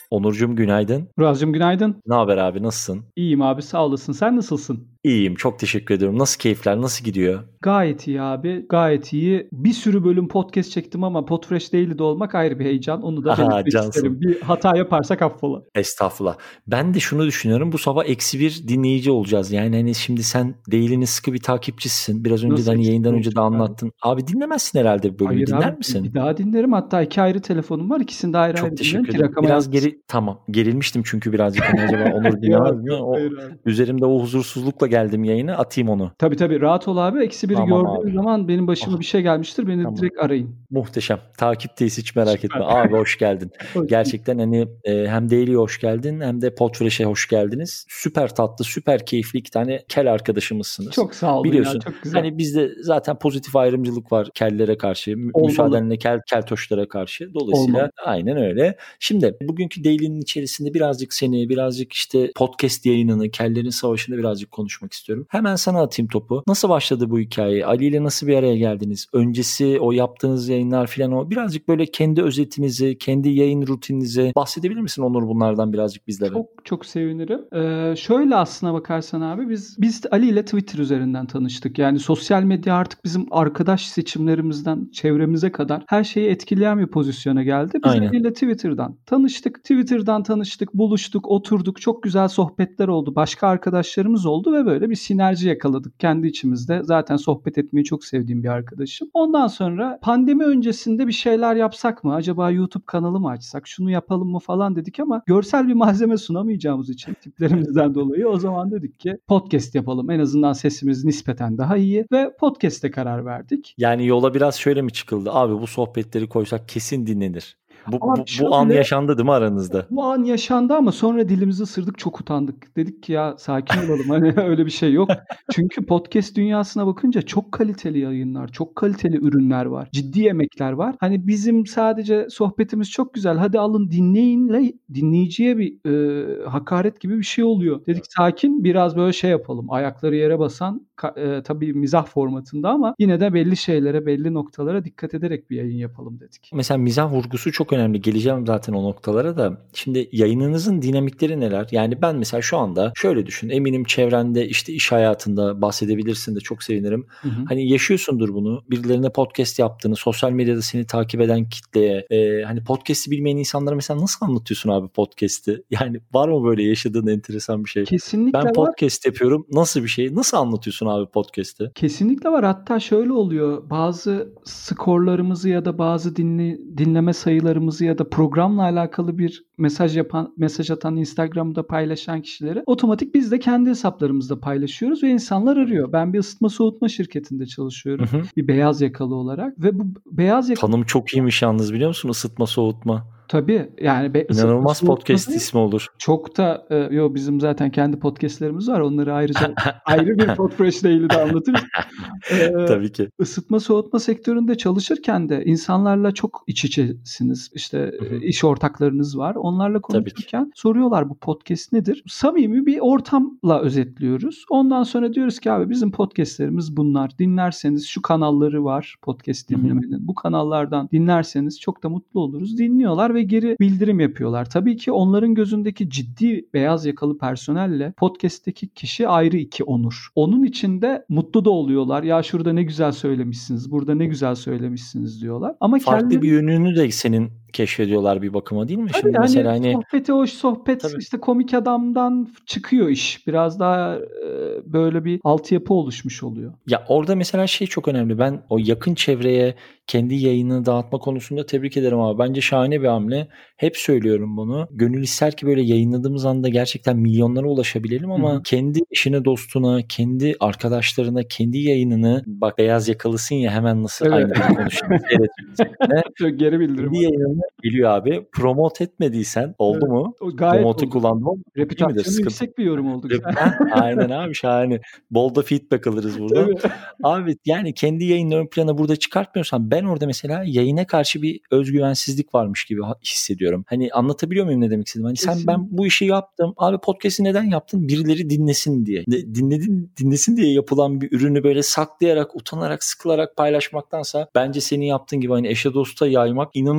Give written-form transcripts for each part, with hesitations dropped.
Onurcuğum günaydın. Murat'cığım günaydın. Ne haber abi, nasılsın? İyiyim abi, sağ olasın. Sen nasılsın? İyiyim, çok teşekkür ediyorum. Nasıl keyifler, nasıl gidiyor? Gayet iyi abi, gayet iyi. Bir sürü bölüm podcast çektim ama Podfresh Daily'de olmak ayrı bir heyecan. Onu da Aha, belirtmek cansın. isterim. Bir hata yaparsak affola. Estağfurullah. Ben de şunu düşünüyorum. Bu sabah -1 dinleyici olacağız. Yani hani şimdi sen Daily'nin sıkı bir takipçisisin. Biraz önce de hani yayından önce de anlattın. Abi dinlemezsin herhalde bu bölümü. Hayır dinler abi, misin? bir daha dinlerim. Hatta 2 ayrı telefonum var. İkisini de ayrı Çok ayrı teşekkür dinlerim ki ederim. Biraz tamam. gerilmiştim çünkü birazcık. Hani acaba Onur dinlemez mi? Üzerimde o huzursuzlukla geldim yayına. Atayım onu. Tabii rahat ol abi. -1'i Tamam gördüğün abi. zaman benim başıma bir şey gelmiştir. Beni direkt arayın. Muhteşem. Takipteyiz, hiç merak etme. Abi hoş geldin. Gerçekten hani hem Daily'ye hoş geldin hem de Podfresh'e hoş geldiniz. Süper tatlı, süper keyifli 2 tane kel arkadaşımızsınız. Çok sağ olun biliyorsun, ya, çok güzel. Hani bizde zaten pozitif ayrımcılık var kellere karşı. Müsaadenle keltoşlara karşı. Dolayısıyla aynen öyle. Şimdi bugünkü Daily'nin içerisinde birazcık seni, birazcık işte podcast yayınını, kellerin savaşını birazcık konuşmak istiyorum. Hemen sana atayım topu. Nasıl başladı bu hikaye? Ali ile nasıl bir araya geldiniz? Öncesi o yaptığınız yayınlar filan, o birazcık böyle kendi özetinizi, kendi yayın rutininizi bahsedebilir misin Onur, bunlardan birazcık bizlere? Çok sevinirim. Şöyle aslına bakarsan abi biz Ali ile Twitter üzerinden tanıştık. Yani sosyal medya artık bizim arkadaş seçimlerimizden çevremize kadar her şeyi etkileyen bir pozisyona geldi. Biz Ali ile Twitter'dan tanıştık, buluştuk, oturduk. Çok güzel sohbetler oldu. Başka arkadaşlarımız oldu ve böyle bir sinerji yakaladık kendi içimizde. Zaten sohbet etmeyi çok sevdiğim bir arkadaşım. Ondan sonra pandemi öncesinde bir şeyler yapsak mı? Acaba YouTube kanalı mı açsak? Şunu yapalım mı falan dedik ama görsel bir malzeme sunamayacağımız için tiplerimizden dolayı o zaman dedik ki podcast yapalım. En azından sesimiz nispeten daha iyi ve podcast'e karar verdik. Yani yola biraz şöyle mi çıkıldı? Abi bu sohbetleri koysak kesin dinlenir. Bu an yaşandı değil mi aranızda? Bu an yaşandı ama sonra dilimizi ısırdık, çok utandık. Dedik ki ya sakin olalım, hani öyle bir şey yok. Çünkü podcast dünyasına bakınca çok kaliteli yayınlar, çok kaliteli ürünler var. Ciddi emekler var. Hani bizim sadece sohbetimiz çok güzel, hadi alın dinleyinle dinleyiciye bir hakaret gibi bir şey oluyor. Dedik sakin, biraz böyle şey yapalım. Ayakları yere basan, tabii mizah formatında ama yine de belli şeylere, belli noktalara dikkat ederek bir yayın yapalım dedik. Mesela mizah vurgusu çok önemli. Geleceğim zaten o noktalara da. Şimdi yayınınızın dinamikleri neler? Yani ben mesela şu anda şöyle düşün. Eminim çevrende işte iş hayatında bahsedebilirsin de çok sevinirim. Hı. Hani yaşıyorsundur bunu. Birilerine podcast yaptığını, sosyal medyada seni takip eden kitleye, hani podcast'i bilmeyen insanlara mesela nasıl anlatıyorsun abi podcast'i? Yani var mı böyle yaşadığın enteresan bir şey? Kesinlikle ben podcast yapıyorum. Nasıl bir şey? Nasıl anlatıyorsun abi podcast'i? Kesinlikle var. Hatta şöyle oluyor. Bazı skorlarımızı ya da bazı dinleme sayılarımızı ya da programla alakalı bir mesaj atan, Instagram'da paylaşan kişileri otomatik biz de kendi hesaplarımızda paylaşıyoruz ve insanlar arıyor. Ben bir ısıtma soğutma şirketinde çalışıyorum. Hı. Bir beyaz yakalı olarak ve bu beyaz yakalı... Tanım çok iyiymiş yalnız, biliyor musun? Isıtma soğutma. Tabii yani inanılmaz podcast ismi olur. Çok da bizim zaten kendi podcastlerimiz var. Onları ayrıca ayrı bir Podfresh Daily'de anlatırız. Tabii ki. Isıtma soğutma sektöründe çalışırken de insanlarla çok iç içesiniz. İşte iş ortaklarınız var. Onlarla konuşurken soruyorlar bu podcast nedir? Samimi bir ortamla özetliyoruz. Ondan sonra diyoruz ki abi bizim podcastlerimiz bunlar. Dinlerseniz şu kanalları var podcast dinlemenin. Bu kanallardan dinlerseniz çok da mutlu oluruz. Dinliyorlar ve geri bildirim yapıyorlar. Tabii ki onların gözündeki ciddi beyaz yakalı personelle podcast'teki kişi ayrı iki Onur. Onun içinde mutlu da oluyorlar. Ya şurada ne güzel söylemişsiniz, burada ne güzel söylemişsiniz diyorlar. Ama farklı bir yönünü de senin keşfediyorlar bir bakıma, değil mi? Tabii şimdi mesela hani sohbet tabii. İşte komik adamdan çıkıyor iş. Biraz daha böyle bir altyapı oluşmuş oluyor. Ya orada mesela şey çok önemli. Ben o yakın çevreye kendi yayını dağıtma konusunda tebrik ederim abi. Bence şahane bir hamle. Hep söylüyorum bunu. Gönül ister ki böyle yayınladığımız anda gerçekten milyonlara ulaşabilelim ama kendi eşine, dostuna, kendi arkadaşlarına, kendi yayınını, bak beyaz yakalısın ya, hemen nasıl aynı dili konuşuyoruz. Çok geri bildirim. Kendi yayınını geliyor abi. Promote etmediysen oldu mu? Promote'u kullandım ama reputasyonu yüksek bir yorum oldu. Aynen abi, şahane. Bol da feedback alırız buradan. Abi yani kendi yayını ön plana burada çıkartmıyorsan, ben orada mesela yayına karşı bir özgüvensizlik varmış gibi hissediyorum. Hani anlatabiliyor muyum ne demek istedim? Hani ben bu işi yaptım. Abi podcast'i neden yaptın? Birileri dinlesin diye. Dinlesin diye yapılan bir ürünü böyle saklayarak, utanarak, sıkılarak paylaşmaktansa bence senin yaptığın gibi hani eşe dosta yaymak inanılmaz derecede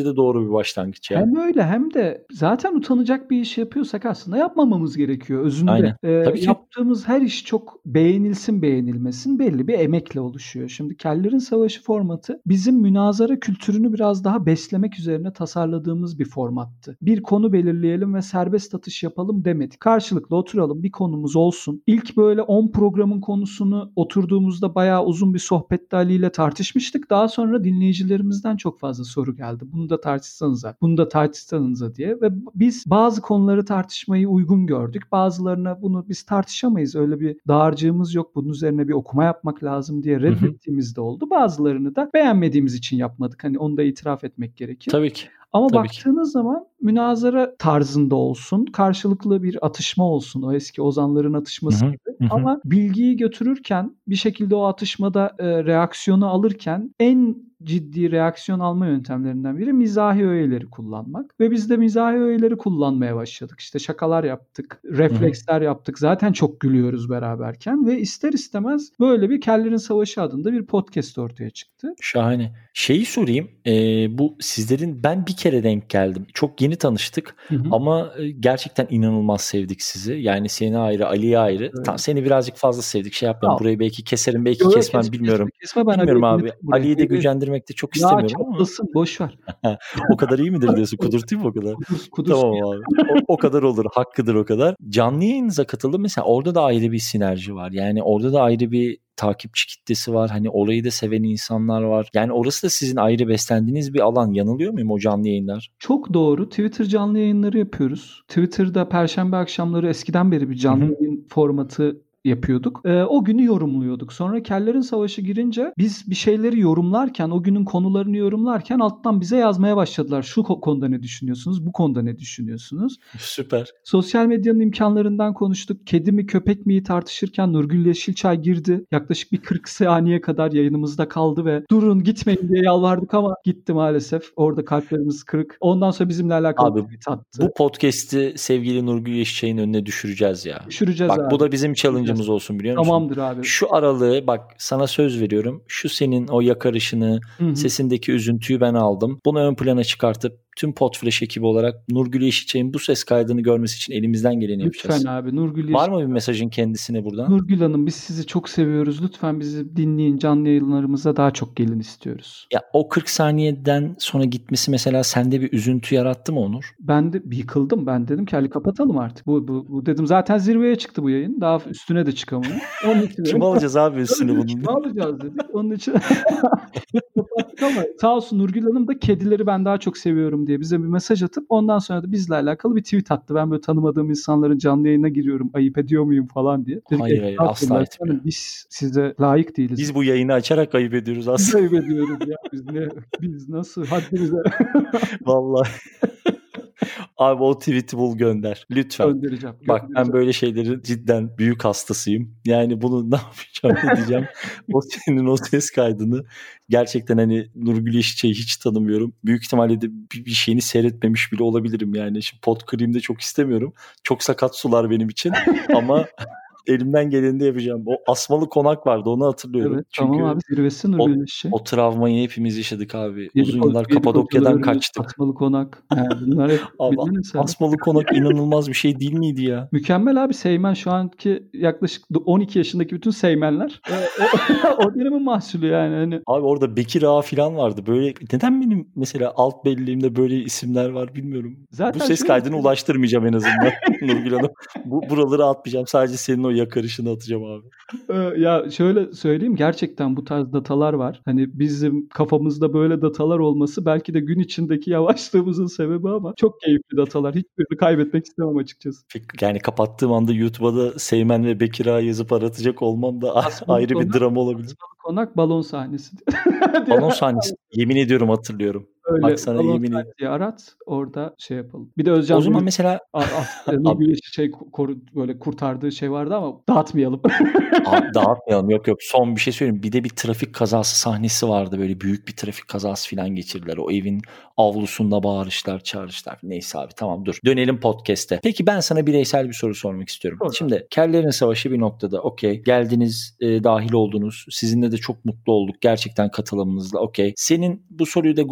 bence de doğru bir başlangıç ya. Hem öyle hem de zaten utanacak bir iş yapıyorsak aslında yapmamamız gerekiyor özünde. Aynen. Tabii ki. Yaptığımız her iş çok beğenilsin beğenilmesin belli bir emekle oluşuyor. Şimdi Kellerin Savaşı formatı bizim münazara kültürünü biraz daha beslemek üzerine tasarladığımız bir formattı. Bir konu belirleyelim ve serbest atış yapalım demedik. Karşılıklı oturalım, bir konumuz olsun. İlk böyle 10 programın konusunu oturduğumuzda bayağı uzun bir sohbette Ali ile tartışmıştık. Daha sonra dinleyicilerimizden çok fazla soru geldi. Bunu da tartışsanıza, bunu da tartışsanıza diye ve biz bazı konuları tartışmayı uygun gördük. Bazılarına bunu biz tartışamayız. Öyle bir dağarcığımız yok. Bunun üzerine bir okuma yapmak lazım diye reddettiğimiz de oldu. Bazılarını da beğenmediğimiz için yapmadık. Hani onu da itiraf etmek gerekir. Tabii ki. Ama Tabii baktığınız zaman münazara tarzında olsun, karşılıklı bir atışma olsun, o eski ozanların atışması gibi. Ama bilgiyi götürürken bir şekilde o atışmada reaksiyonu alırken en ciddi reaksiyon alma yöntemlerinden biri mizahi öğeleri kullanmak. Ve biz de mizahi öğeleri kullanmaya başladık. İşte şakalar yaptık, refleksler yaptık. Zaten çok gülüyoruz beraberken ve ister istemez böyle bir Kellerin Savaşı adında bir podcast ortaya çıktı. Şahane. Şeyi sorayım. Bu sizlerin ben bir kere denk geldim. Çok yeni tanıştık ama gerçekten inanılmaz sevdik sizi. Yani seni ayrı, Ali'yi ayrı. Evet. Tam seni birazcık fazla sevdik. Şey yapmayalım. Burayı belki keserim, belki kesmem bilmiyorum. Kesme, ben bilmiyorum abi. Ali'yi de gücendirmek de çok istemiyorum ama. Çatlasın, boş ver. O kadar iyi midir diyorsun? Kudurtayım mı o kadar? Tamam abi. O kadar olur. Hakkıdır o kadar. Canlı yayınınıza katıldım. Mesela orada da ayrı bir sinerji var. Yani orada da ayrı bir takipçi kitlesi var. Hani orayı da seven insanlar var. Yani orası da sizin ayrı beslendiğiniz bir alan. Yanılıyor muyum o canlı yayınlar? Çok doğru. Twitter canlı yayınları yapıyoruz. Twitter'da perşembe akşamları eskiden beri bir canlı yayın formatı yapıyorduk. O günü yorumluyorduk. Sonra Kellerin Savaşı girince biz bir şeyleri yorumlarken, o günün konularını yorumlarken alttan bize yazmaya başladılar. Şu konuda ne düşünüyorsunuz? Bu konuda ne düşünüyorsunuz? Süper. Sosyal medyanın imkanlarından konuştuk. Kedi mi köpek miyi tartışırken Nurgül Yeşilçay girdi. Yaklaşık bir 40 saniye kadar yayınımızda kaldı ve durun gitmeyin diye yalvardık ama gitti maalesef. Orada kalplerimiz kırık. Ondan sonra bizimle alakalı bir tweet attı. Bu podcast'i sevgili Nurgül Yeşilçay'ın önüne düşüreceğiz ya. Düşüreceğiz bak, abi. Bu da bizim challenge'ımız olsun, biliyor musun? Tamamdır abi. Şu aralığı bak, sana söz veriyorum. Şu senin o yakarışını, sesindeki üzüntüyü ben aldım. Bunu ön plana çıkartıp tüm Podfresh ekibi olarak Nurgül Yeşilçay'ın bu ses kaydını görmesi için elimizden geleni yapacağız. Lütfen abi. Nurgül Var mı bir mesajın kendisine buradan? Nurgül Hanım, biz sizi çok seviyoruz. Lütfen bizi dinleyin. Canlı yayınlarımıza daha çok gelin istiyoruz. Ya o 40 saniyeden sonra gitmesi mesela sende bir üzüntü yarattı mı Onur? Ben de yıkıldım. Ben dedim ki hadi kapatalım artık. Bu dedim, zaten zirveye çıktı bu yayın. Daha üstüne de çıkamıyor. Onun için kim alacağız abi üstüne bunun? Kim alacağız dedik. Onun için kapattık ama sağ olsun Nurgül Hanım da kedileri ben daha çok seviyorum diye bize bir mesaj atıp ondan sonra da bizle alakalı bir tweet attı. Ben böyle tanımadığım insanların canlı yayına giriyorum. Ayıp ediyor muyum falan diye. Dedik, hayır asla etmiyorum. Biz size layık değiliz. Biz bu yayını açarak ayıp ediyoruz aslında. Biz ayıp ediyoruz ya. Biz nasıl haddimize. Vallahi. Abi o tweet'i bul, gönder. Lütfen. Göndereceğim. Bak ben böyle şeylerin cidden büyük hastasıyım. Yani bunu ne yapacağım, ne diyeceğim. O senin o ses kaydını gerçekten hani Nurgül Yeşilçay'ı hiç tanımıyorum. Büyük ihtimalle de bir şeyini seyretmemiş bile olabilirim yani. Şimdi pot kırayım da çok istemiyorum. Çok sakat sular benim için ama elimden geleni de yapacağım. O Asmalı Konak vardı, onu hatırlıyorum. Evet, çünkü tamam abi, zirvesi Nurgül Yeşilçay. O travmayı hepimiz yaşadık abi. Uzun yıllar Kapadokya'dan kaçtık. Asmalı Konak. Yani bunlar hep Asmalı Konak inanılmaz bir şey değil miydi ya? Mükemmel abi. Seymen şu anki yaklaşık 12 yaşındaki bütün Seymenler. O dönemin mahsulü yani. Hani. Abi orada Bekir Ağa falan vardı. Böyle neden benim mesela alt belleğimde böyle isimler var bilmiyorum. Zaten bu ses kaydını ulaştırmayacağım en azından Nurgül Hanım. Buraları atmayacağım. Sadece senin o yakarışını atacağım abi. Ya şöyle söyleyeyim, gerçekten bu tarz datalar var. Hani bizim kafamızda böyle datalar olması belki de gün içindeki yavaşlığımızın sebebi ama çok keyifli datalar. Hiçbirini kaybetmek istemem açıkçası. Yani kapattığım anda YouTube'a da Seymen ve Bekir Ağa yazıp aratacak olmam da ayrı bir drama olabilir. Konak balon sahnesi. Balon sahnesi. Yemin ediyorum hatırlıyorum. Öyle, bak sana yemin ediyorum. Arat orada şey yapalım. Bir de Özcan o zaman mesela Nurgül Yeşilçay böyle kurtardığı şey vardı ama dağıtmayalım. Abi, dağıtmayalım. Yok son bir şey söyleyeyim. Bir de bir trafik kazası sahnesi vardı. Böyle büyük bir trafik kazası falan geçirdiler. O evin avlusunda bağırışlar, çağrışlar. Neyse abi, tamam dur. Dönelim podcast'e. Peki ben sana bireysel bir soru sormak istiyorum. Doğru. Şimdi Kellerin Savaşı bir noktada okey. Geldiniz, dahil oldunuz. Sizinle de çok mutlu olduk. Gerçekten katılımınızla okey. Senin bu soruyu da goy goy olsun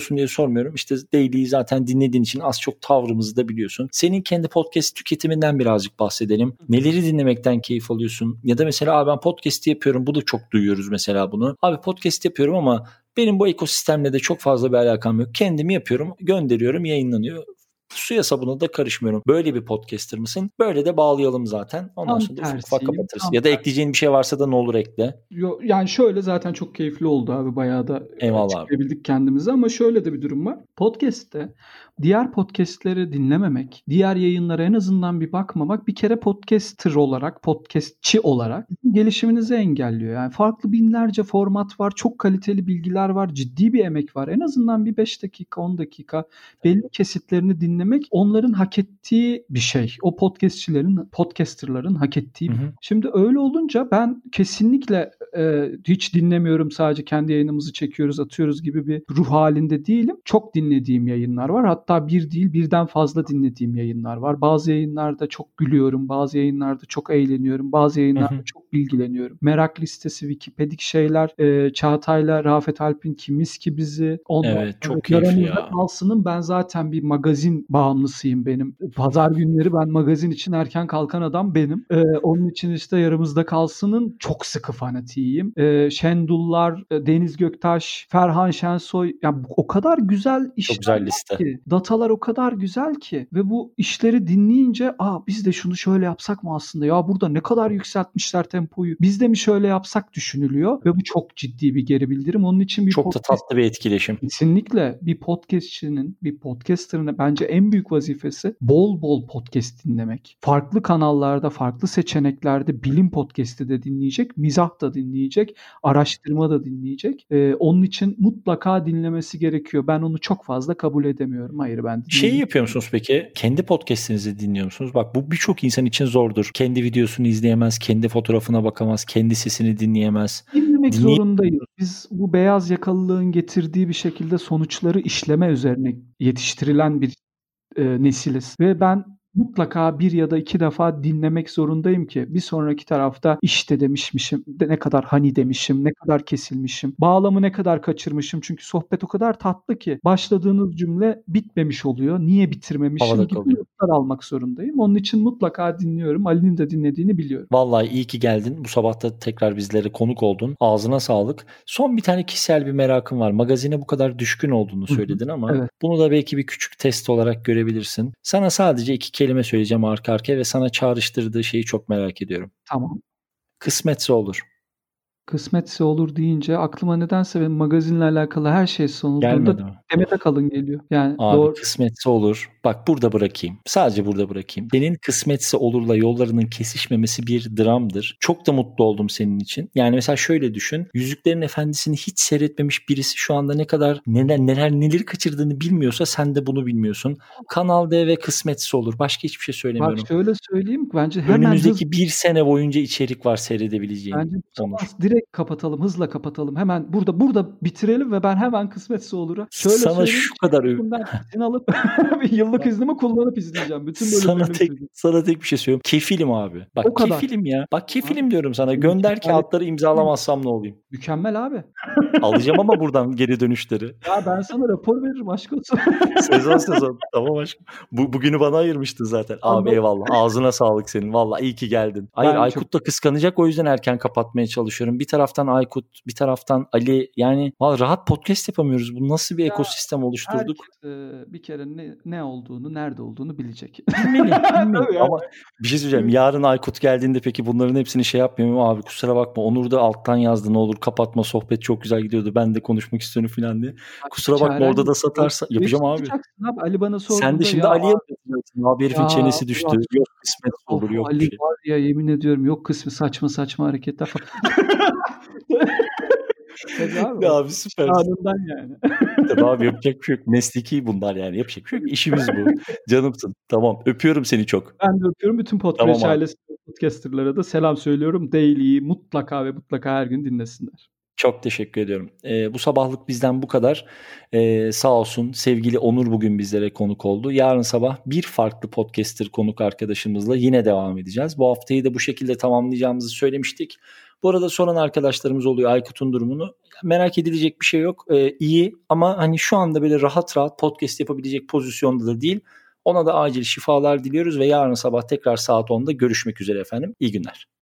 yapıyorsun diye sormuyorum. İşte Daily'yi zaten dinlediğin için az çok tavrımızı da biliyorsun. Senin kendi podcast tüketiminden birazcık bahsedelim. Neleri dinlemekten keyif alıyorsun? Ya da mesela abi ben podcast yapıyorum. Bu da çok duyuyoruz mesela bunu. Abi podcast yapıyorum ama benim bu ekosistemle de çok fazla bir alakam yok. Kendimi yapıyorum, gönderiyorum, yayınlanıyor. Suya sabuna da karışmıyorum. Böyle bir podcaster mısın? Böyle de bağlayalım zaten. Ondan Tam sonra da ufak ufak tersiyim. kapatırız. Ya da ekleyeceğin bir şey varsa da ne olur ekle. Yani şöyle zaten çok keyifli oldu abi. Bayağı da Eyvallah abi. açıklayabildik kendimizi ama şöyle de bir durum var. Podcast'te diğer podcast'leri dinlememek, diğer yayınlara en azından bir bakmamak bir kere podcaster olarak, podcastçi olarak gelişiminizi engelliyor. Yani farklı binlerce format var, çok kaliteli bilgiler var, ciddi bir emek var. En azından bir 5 dakika, 10 dakika belli kesitlerini dinlemek onların hak ettiği bir şey. O podcasterların hak ettiği bir şey. Şimdi öyle olunca ben kesinlikle hiç dinlemiyorum, sadece kendi yayınımızı çekiyoruz, atıyoruz gibi bir ruh halinde değilim. Çok dinlediğim yayınlar var. Hatta bir değil birden fazla dinlediğim yayınlar var. Bazı yayınlarda çok gülüyorum, bazı yayınlarda çok eğleniyorum, bazı yayınlarda çok bilgileniyorum. Merak listesi, Wikipedik şeyler, Çağatay'la Rafet Alp'in Kimiz ki bizi. Evet, çok keyifli ya. Kalsın'ın ben zaten bir magazin bağımlısıyım benim. Pazar günleri ben magazin için erken kalkan adam benim. Onun için işte Yaramızda Kalsın'ın çok sıkı fanatiyim. Şendullar, Deniz Göktaş, Ferhan Şensoy. Yani o kadar güzel işler çok güzel liste. Ki, datalar o kadar güzel ki ve bu işleri dinleyince biz de şunu şöyle yapsak mı aslında? Ya burada ne kadar yükseltmişler tempoyu. Biz de mi şöyle yapsak düşünülüyor ve bu çok ciddi bir geri bildirim. Onun için bir çok da tatlı bir etkileşim. Kesinlikle bir podcastçinin, bir podcaster'ın bence en büyük vazifesi bol bol podcast dinlemek. Farklı kanallarda, farklı seçeneklerde bilim podcast'i de dinleyecek, mizah da dinleyecek, araştırma da dinleyecek. Onun için mutlaka dinlemesi gerekiyor. Ben onu çok fazla kabul edemiyorum. Hayır, ben Şeyi yapıyor musunuz peki? Kendi podcast'inizi dinliyor musunuz? Bak bu birçok insan için zordur. Kendi videosunu izleyemez, kendi fotoğrafına bakamaz, kendi sesini dinleyemez. Dinlemek zorundayız. Biz bu beyaz yakalılığın getirdiği bir şekilde sonuçları işleme üzerine yetiştirilen bir nesiliz. Ve ben mutlaka bir ya da iki defa dinlemek zorundayım ki bir sonraki tarafta işte demişmişim, ne kadar hani demişim, ne kadar kesilmişim, bağlamı ne kadar kaçırmışım. Çünkü sohbet o kadar tatlı ki başladığınız cümle bitmemiş oluyor. Niye bitirmemişim Havada gibi kalıyor. notlar almak zorundayım. Onun için mutlaka dinliyorum. Ali'nin de dinlediğini biliyorum. Vallahi iyi ki geldin. Bu sabah da tekrar bizlere konuk oldun. Ağzına sağlık. Son bir tane kişisel bir merakım var. Magazine bu kadar düşkün olduğunu söyledin ama Evet. bunu da belki bir küçük test olarak görebilirsin. Sana sadece 2 kelime söyleyeceğim arka arkaya ve sana çağrıştırdığı şeyi çok merak ediyorum. Tamam. Kısmetse olur. Kısmetse olur deyince aklıma nedense benim magazinle alakalı her şey sonulduğunda Gelmedi mi? Demet Akalın geliyor. Yani Abi doğru. kısmetse olur. Bak burada bırakayım. Sadece burada bırakayım. Senin kısmetse olurla yollarının kesişmemesi bir dramdır. Çok da mutlu oldum senin için. Yani mesela şöyle düşün. Yüzüklerin Efendisi'ni hiç seyretmemiş birisi şu anda ne kadar neleri kaçırdığını bilmiyorsa sen de bunu bilmiyorsun. Kanal D ve kısmetse olur. Başka hiçbir şey söylemiyorum. Bak şöyle söyleyeyim. Bence hemen önümüzdeki bir sene boyunca içerik var seyredebileceğin. Bence direkt kapatalım. Hızla kapatalım. Hemen burada bitirelim ve ben hemen kısmetse olur'a şöyle sana şu kadar izin alıp bir yıllık iznimi kullanıp izleyeceğim. Bütün bölümlerini sana tek bir şey söylüyorum. Kefilim abi. Bak o kadar. kefilim ya. Bak kefilim diyorum sana. Gönder kağıtları imzalamazsam ne olayım? Mükemmel abi. Alacağım ama buradan geri dönüşleri. Ya ben sana rapor veririm aşk olsun. Sezon. Tamam aşkım. Bugünü bana ayırmıştın zaten. Abi eyvallah. Ağzına sağlık senin. Vallahi iyi ki geldin. Hayır Aykut da kıskanacak, o yüzden erken kapatmaya çalışıyorum. Bir taraftan Aykut, bir taraftan Ali. Yani rahat podcast yapamıyoruz. Bu nasıl bir ekosistem oluşturduk? Herkes bir kere ne olduğunu, nerede olduğunu bilecek. Bilmeli. Ama bir şey söyleyeceğim. Yarın Aykut geldiğinde peki bunların hepsini şey yapmıyorum abi, kusura bakma. Onur da alttan yazdı, ne olur kapatma, sohbet çok güzel gidiyordu. Ben de konuşmak istiyorum falan diye. Kusura bakma, orada da satarsa yapacağım abi. Ali bana sordu. Sen de şimdi Ali'ye yapacaksın. Abi herifin çenesi düştü. Yok kısmet olur, yok Ali bir şey. var ya, yemin ediyorum yok kısmı, saçma hareketler falan. Tabii abi süper. Anından yani. Tabii abi, yapacak bir şey yok. Mesleki bunlar yani. Yapacak bir şey yok. İşimiz bu. Canımsın. Tamam. Öpüyorum seni çok. Ben de öpüyorum. Bütün podcast ailesi podcasterlara da selam söylüyorum. Daily'yi mutlaka ve mutlaka her gün dinlesinler. Çok teşekkür ediyorum. Bu sabahlık bizden bu kadar. Sağ olsun sevgili Onur bugün bizlere konuk oldu. Yarın sabah bir farklı podcaster konuk arkadaşımızla yine devam edeceğiz. Bu haftayı da bu şekilde tamamlayacağımızı söylemiştik. Bu arada soran arkadaşlarımız oluyor Aykut'un durumunu. Merak edilecek bir şey yok. İyi ama hani şu anda böyle rahat rahat podcast yapabilecek pozisyonda da değil. Ona da acil şifalar diliyoruz ve yarın sabah tekrar saat 10'da görüşmek üzere efendim. İyi günler.